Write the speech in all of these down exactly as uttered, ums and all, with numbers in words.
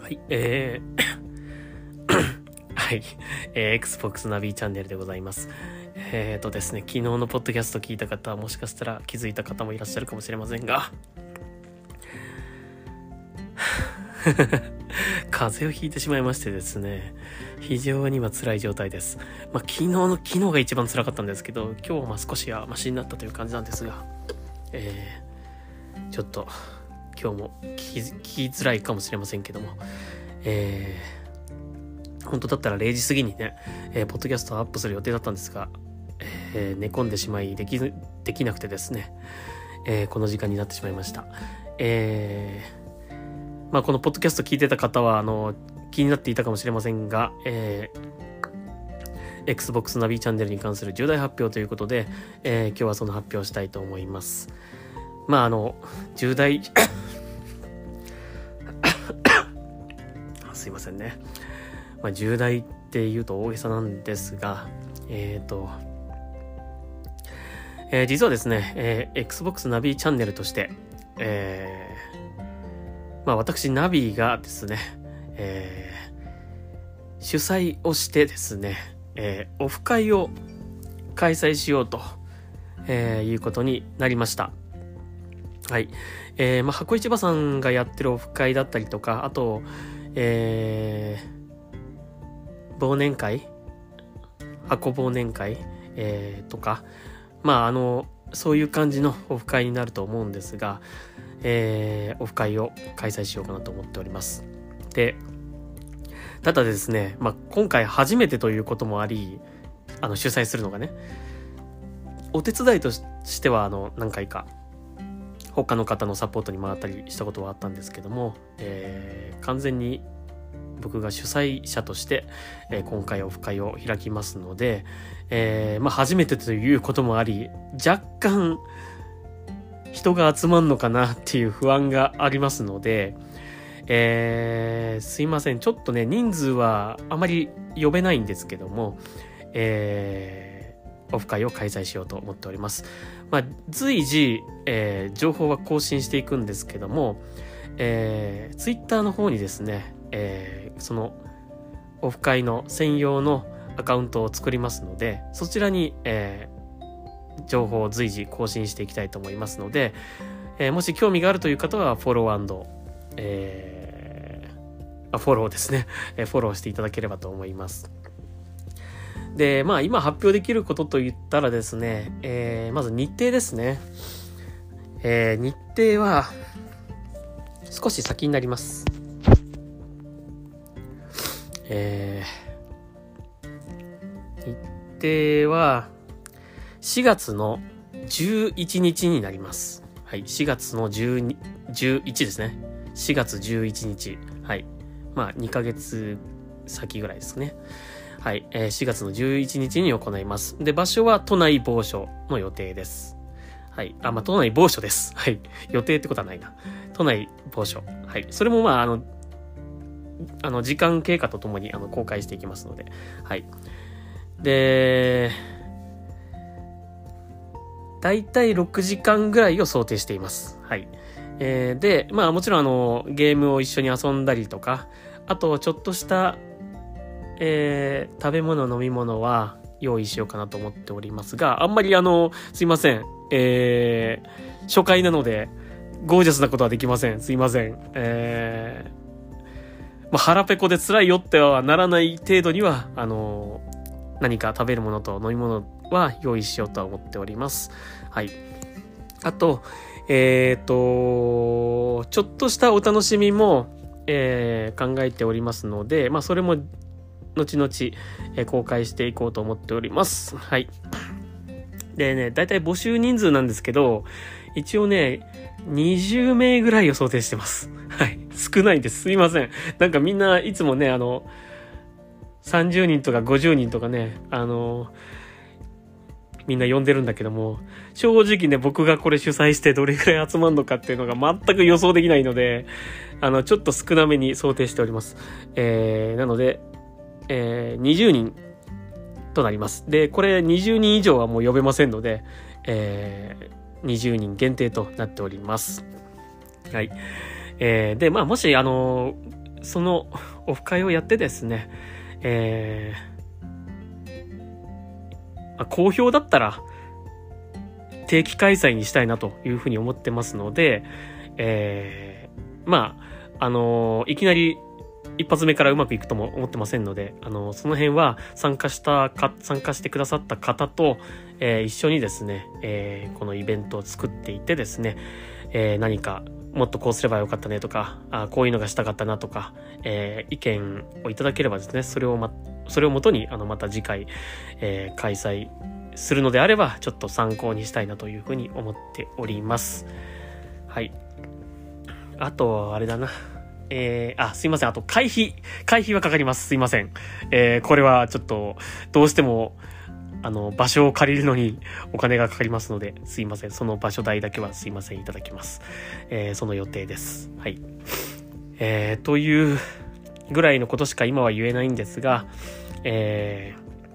はい、えー、はい、えー、Xbox ナビチャンネルでございます。えーとですね、昨日のポッドキャスト聞いた方はもしかしたら気づいた方もいらっしゃるかもしれませんが、風邪をひいてしまいましてですね、非常に今辛い状態です。まあ、昨日の昨日が一番辛かったんですけど、今日はまあ少しはマシになったという感じなんですが、えー、ちょっと今日も聞き、聞きづらいかもしれませんけども、えー、本当だったられいじ過ぎにね、えー、ポッドキャストをアップする予定だったんですが、えー、寝込んでしまいでき、できなくてですね、えー、この時間になってしまいました。えー、まあこのポッドキャスト聞いてた方はあの気になっていたかもしれませんが、えー、Xbox ナビチャンネルに関する重大発表ということで、えー、今日はその発表をしたいと思います。まああの重大すいませんね。まあ、重大って言うと大げさなんですが、えっと、えー、実はですね、えー、Xbox ナビチャンネルとして、えー、まあ私ナビがですね、えー、主催をしてですね、えー、オフ会を開催しようと、えー、いうことになりました。はい。えー、まあ箱市場さんがやってるオフ会だったりとか、あと、えー、忘年会箱忘年会、えー、とか、まああのそういう感じのオフ会になると思うんですが、えー、オフ会を開催しようかなと思っております。で、ただですね、まあ今回初めてということもあり、あの主催するのがね、お手伝いとしてはあの何回か他の方のサポートに回ったりしたことはあったんですけども、えー、完全に僕が主催者として、えー、今回オフ会を開きますので、えー、まあ初めてということもあり、若干人が集まんのかなっていう不安がありますので、えー、すいません、ちょっとね人数はあまり呼べないんですけども、えーオフ会を開催しようと思っております。まあ、随時、えー、情報は更新していくんですけども、えー、ツイッターの方にですね、えー、そのオフ会の専用のアカウントを作りますので、そちらに、えー、情報を随時更新していきたいと思いますので、えー、もし興味があるという方はフォロー&、えー、あフォローですね、えー、フォローしていただければと思います。で、まあ今発表できることと言ったらですね、えー、まず日程ですね。えー、日程は少し先になります。えー、日程はしがつのじゅういちにちになります。はい、しがつのじゅうに、じゅういちですね。しがつじゅういちにち。はい。まあにかげつ先ぐらいですね。はい、えー、しがつのじゅういちにちに行います。で、場所は都内某所の予定です。はい。あ、まあ、都内某所です。はい。予定ってことはないな。都内某所。はい。それもまあ、あの、あの、時間経過とともに、あの、公開していきますので。はい。で、だいたいろくじかんぐらいを想定しています。はい。えー、で、まあ、もちろん、あの、ゲームを一緒に遊んだりとか、あと、ちょっとした、えー、食べ物飲み物は用意しようかなと思っておりますが、あんまりあのすいません、えー、初回なのでゴージャスなことはできません。すいません。えー、まあ、腹ペコで辛いよってはならない程度にはあの何か食べるものと飲み物は用意しようとは思っております。はい。あとえっとちょっとしたお楽しみも、えー、考えておりますので、まあそれも後々、えー、公開していこうと思っております。はい。でね、だいたい募集人数なんですけど、一応ね、にじゅうめいぐらいを想定してます。はい。少ないです。すいません。なんかみんないつもね、あの、さんじゅうにんとかごじゅうにんとかね、あの、みんな呼んでるんだけども、正直ね、僕がこれ主催してどれぐらい集まるのかっていうのが全く予想できないので、あの、ちょっと少なめに想定しております。えー、なので、えー、にじゅうにんとなります。で、これにじゅうにん以上はもう呼べませんので、えー、にじゅうにん限定となっております。はい。えー、で、まあ、もし、あの、 そのオフ会をやってですね、えーまあ、好評だったら定期開催にしたいなというふうに思ってますので、えー、まあ、あのー、いきなり一発目からうまくいくとも思ってませんので、あのー、その辺は参加したか、参加してくださった方と、えー、一緒にですね、えー、このイベントを作っていてですね、えー、何かもっとこうすればよかったねとか、あこういうのがしたかったなとか、えー、意見をいただければですね、それをま、それをもとに、あの、また次回、えー、開催するのであれば、ちょっと参考にしたいなというふうに思っております。はい。あと、あれだな。えー、あ、すいません。あと、会費。会費はかかります。すいません。えー、これはちょっと、どうしても、あの、場所を借りるのにお金がかかりますので、すいません。その場所代だけはすいません。いただきます。えー、その予定です。はい。えー、というぐらいのことしか今は言えないんですが、え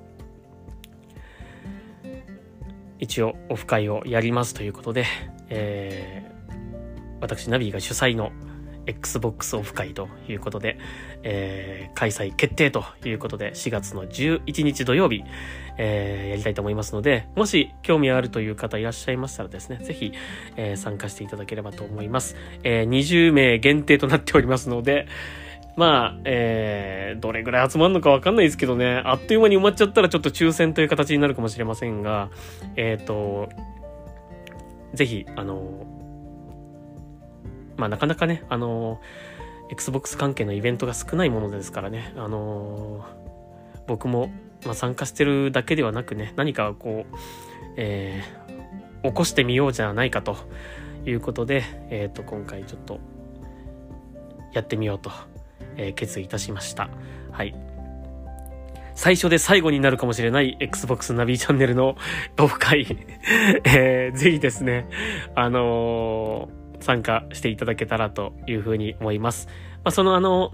ー、一応オフ会をやりますということで、えー、私ナビが主催の Xbox オフ会ということで、えー、開催決定ということでしがつのじゅういちにち土曜日、えー、やりたいと思いますので、もし興味あるという方いらっしゃいましたらですね、ぜひ、えー、参加していただければと思います。えー、にじゅうめい限定となっておりますので、まあ、えー、どれぐらい集まるのかわかんないですけどね、あっという間に埋まっちゃったらちょっと抽選という形になるかもしれませんが、えっと、ぜひ、あの、まあなかなかね、あの、Xbox 関係のイベントが少ないものですからね、あの、僕も、まあ、参加してるだけではなくね、何かこう、えー、起こしてみようじゃないかということで、えっと、今回ちょっと、やってみようと、えー、決意いたしました。はい。最初で最後になるかもしれない Xbox ナビチャンネルのオフ会、えー、ぜひですね、あのー、参加していただけたらというふうに思います。まあ、そのあの、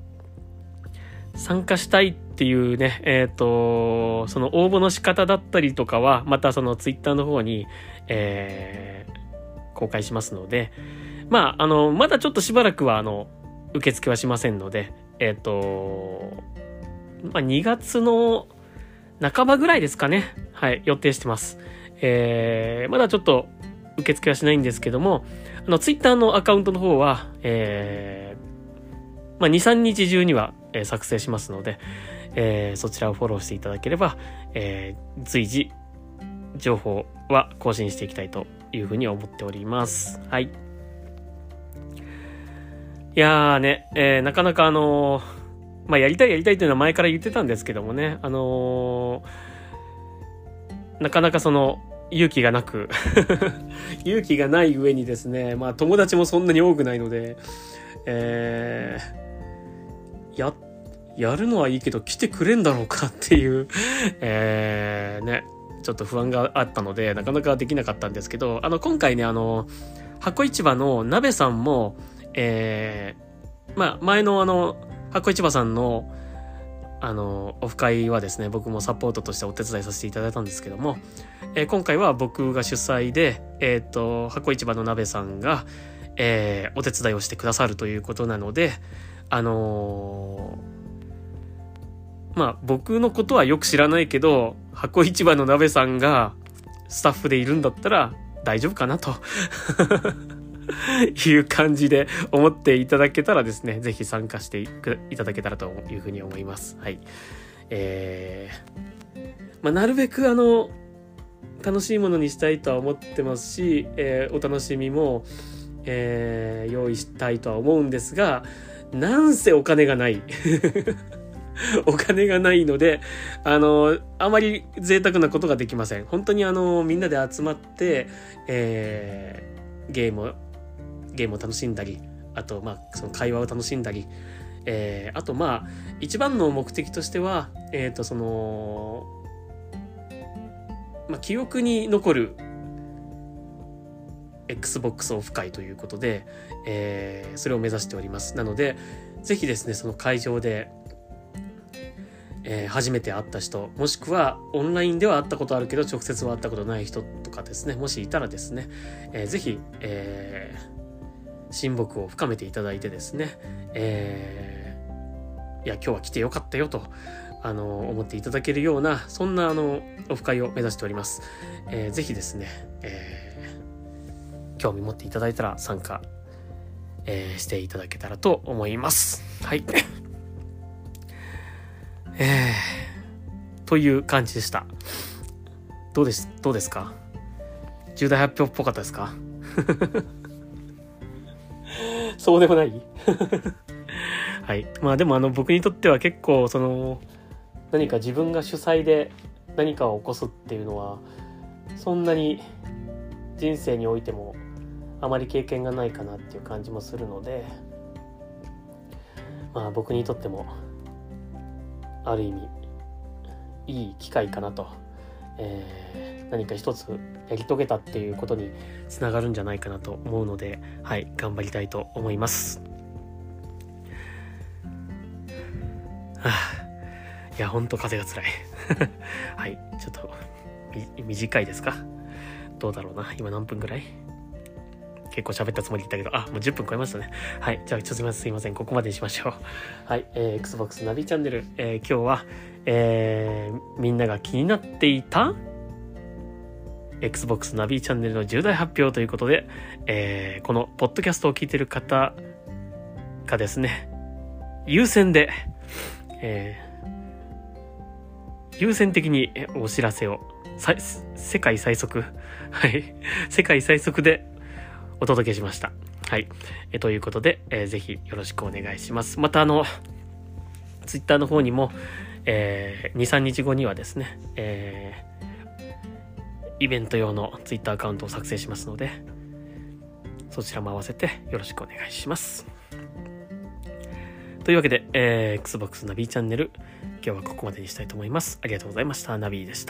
参加したいっていうね、えっと、その応募の仕方だったりとかは、またそのツイッターの方に、えー、公開しますので、まあ、あの、まだちょっとしばらくはあの、受付はしませんので、えっと、まあ、にがつの半ばぐらいですかね。はい、予定してます。えー、まだちょっと受付はしないんですけども、あの、ツイッターのアカウントの方は、えー、まあ、に、さんにち中には、えー、作成しますので、えー、そちらをフォローしていただければ、えー、随時、情報は更新していきたいというふうに思っております。はい。いやーね、えー、なかなかあのー、まあ、やりたいやりたいというのは前から言ってたんですけどもね、あのー、なかなかその、勇気がなく、勇気がない上にですね、まあ、友達もそんなに多くないので、えー、や、やるのはいいけど来てくれんだろうかっていう、えー、ね、ちょっと不安があったので、なかなかできなかったんですけど、あの、今回ね、あの、箱市場の鍋さんも、えー、まあ、前のあの、箱市場さんの、あの、オフ会はですね、僕もサポートとしてお手伝いさせていただいたんですけども、えー、今回は僕が主催で、えっと、箱市場の鍋さんが、えー、お手伝いをしてくださるということなので、あのー、まあ、僕のことはよく知らないけど、箱市場の鍋さんがスタッフでいるんだったら大丈夫かなと。いう感じで思っていただけたらですね、ぜひ参加していただけたらというふうに思います。はい。えー、まあ、なるべくあの、楽しいものにしたいとは思ってますし、えー、お楽しみも、えー、用意したいとは思うんですが、なんせお金がない。お金がないので、あの、あまり贅沢なことができません。本当にあの、みんなで集まって、えー、ゲームをゲームを楽しんだり、あとまあその会話を楽しんだり、えー、あとまあ一番の目的としては、えっとそのまあ記憶に残る Xbox オフ会ということで、えー、それを目指しております。なのでぜひですね、その会場で、えー、初めて会った人、もしくはオンラインでは会ったことあるけど直接は会ったことない人とかですね、もしいたらですね、えー、ぜひ、えー親睦を深めていただいてですね、えいや今日は来てよかったよとあの思っていただけるようなそんなあのオフ会を目指しております。えー、ぜひですね、えー、興味持っていただいたら参加、えー、していただけたらと思います。はい、えー、という感じでした。どうですどうですか？重大発表っぽかったですか？そうでもないはい。まあでもあの僕にとっては結構その何か自分が主催で何かを起こすっていうのはそんなに人生においてもあまり経験がないかなっていう感じもするので、まあ僕にとってもある意味いい機会かなと、えー、何か一つやり遂げたっていうことにつながるんじゃないかなと思うので、はい頑張りたいと思います。はあ、いやほんと風が辛いはいちょっと短いですか？どうだろうな、今何分ぐらい？結構喋ったつもりだったけど、あもうじゅっぷん超えましたね。はいじゃあちょっとすいません、ここまでにしましょう。はい、えー、Xbox ナビチャンネル、えー、今日は、えー、みんなが気になっていた Xbox ナビチャンネルの重大発表ということで、えー、このポッドキャストを聞いている方がですね優先でえー、優先的にお知らせを世界最速はい世界最速でお届けしました。はいえということで、えー、ぜひよろしくお願いします。またあのツイッターの方にも、えー、にさんにちごにはですね、えー、イベント用のツイッターアカウントを作成しますので、そちらも合わせてよろしくお願いします。というわけで、えー、Xbox ナビチャンネル今日はここまでにしたいと思います。ありがとうございました。ナビでした。